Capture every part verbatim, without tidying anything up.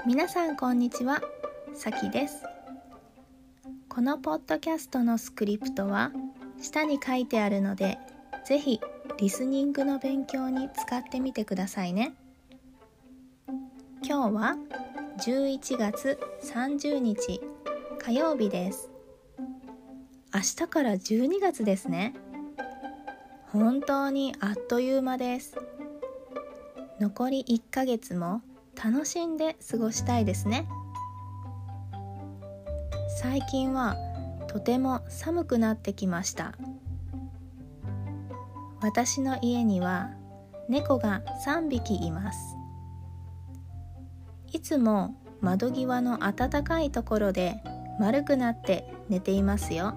皆さんこんにちは、さきです。このポッドキャストのスクリプトは下に書いてあるので、ぜひリスニングの勉強に使ってみてくださいね。今日はじゅういちがつさんじゅうにち火曜日です。明日からじゅうにがつですね。本当にあっという間です。残りいっかげつも楽しんで過ごしたいですね。最近はとても寒くなってきました。私の家には猫がさんびきいます。いつも窓際の暖かいところで丸くなって寝ていますよ。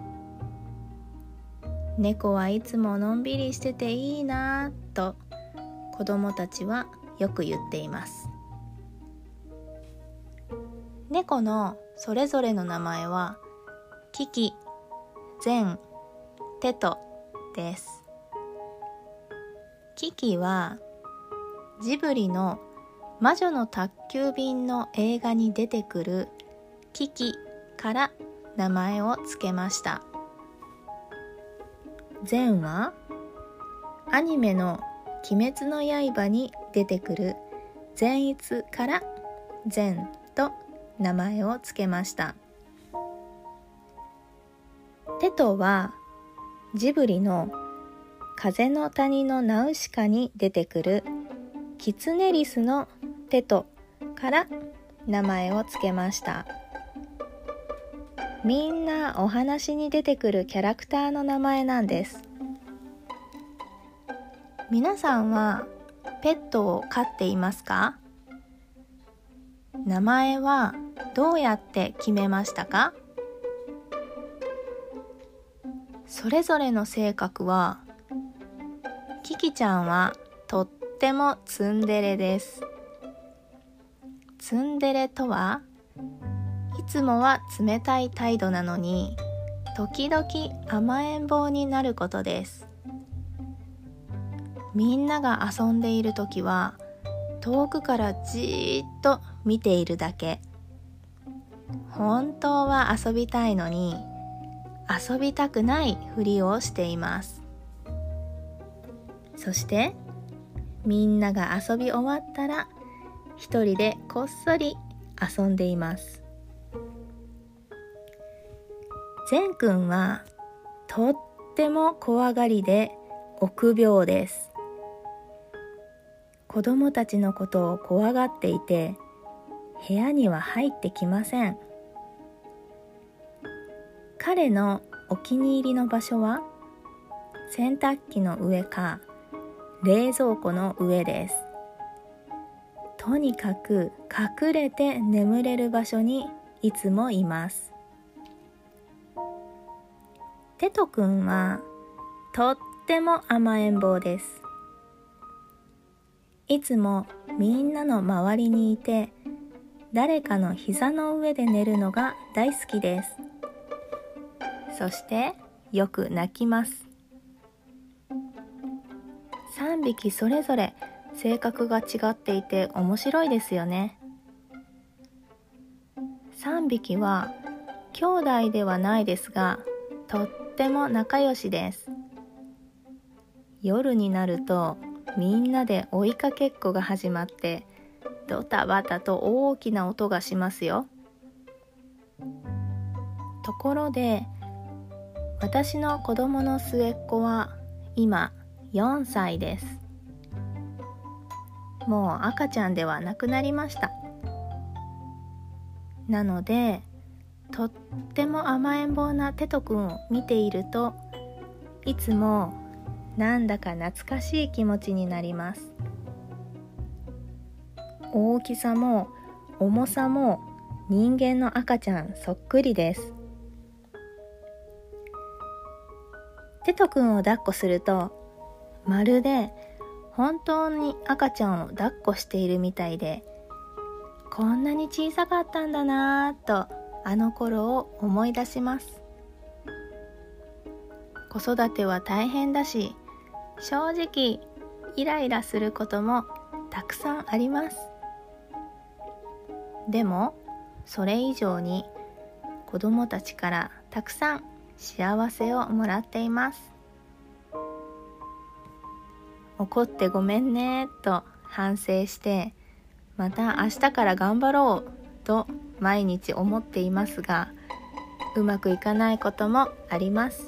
猫はいつものんびりしてていいなぁと子供たちはよく言っています。猫のそれぞれの名前はキキ、ゼン、テトです。キキはジブリの魔女の宅急便の映画に出てくるキキから名前をつけました。ゼンはアニメの鬼滅の刃に出てくる善逸からゼンと名前をつけました。テトはジブリの風の谷のナウシカに出てくるキツネリスのテトから名前をつけました。みんなお話に出てくるキャラクターの名前なんです。皆さんはペットを飼っていますか？名前はどうやって決めましたか？それぞれの性格は、キキちゃんはとってもツンデレです。ツンデレとはいつもは冷たい態度なのに時々甘えん坊になることです。みんなが遊んでいるときは遠くからじーっと見ているだけ。本当は遊びたいのに遊びたくないふりをしています。そしてみんなが遊び終わったら一人でこっそり遊んでいます。ゼン君はとっても怖がりで臆病です。子供たちのことを怖がっていて部屋には入ってきません。彼のお気に入りの場所は洗濯機の上か冷蔵庫の上です。とにかく隠れて眠れる場所にいつもいます。テト君はとっても甘えん坊です。いつもみんなの周りにいて誰かの膝の上で寝るのが大好きです。そしてよく泣きます。さんびきそれぞれ性格が違っていて面白いですよね。さんびきは兄弟ではないですがとっても仲良しです。夜になるとみんなで追いかけっこが始まってドタバタと大きな音がしますよ。ところで私の子供の末っ子は今よんさいです。もう赤ちゃんではなくなりました。なのでとっても甘えん坊なテト君を見ているといつもなんだか懐かしい気持ちになります。大きさも重さも人間の赤ちゃんそっくりです。テト君を抱っこするとまるで本当に赤ちゃんを抱っこしているみたいで、こんなに小さかったんだなぁとあの頃を思い出します。子育ては大変だし、正直イライラすることもたくさんあります。 でもそれ以上に子どもたちからたくさん幸せをもらっています。怒ってごめんねと反省して、また明日から頑張ろうと毎日思っていますが、うまくいかないこともあります。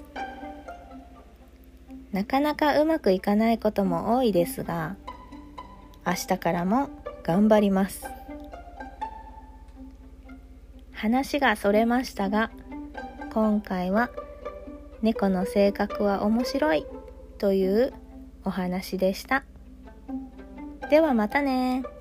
なかなかうまくいかないことも多いですが、明日からも頑張ります。話がそれましたが、今回は猫の性格は面白いというお話でした。ではまたね。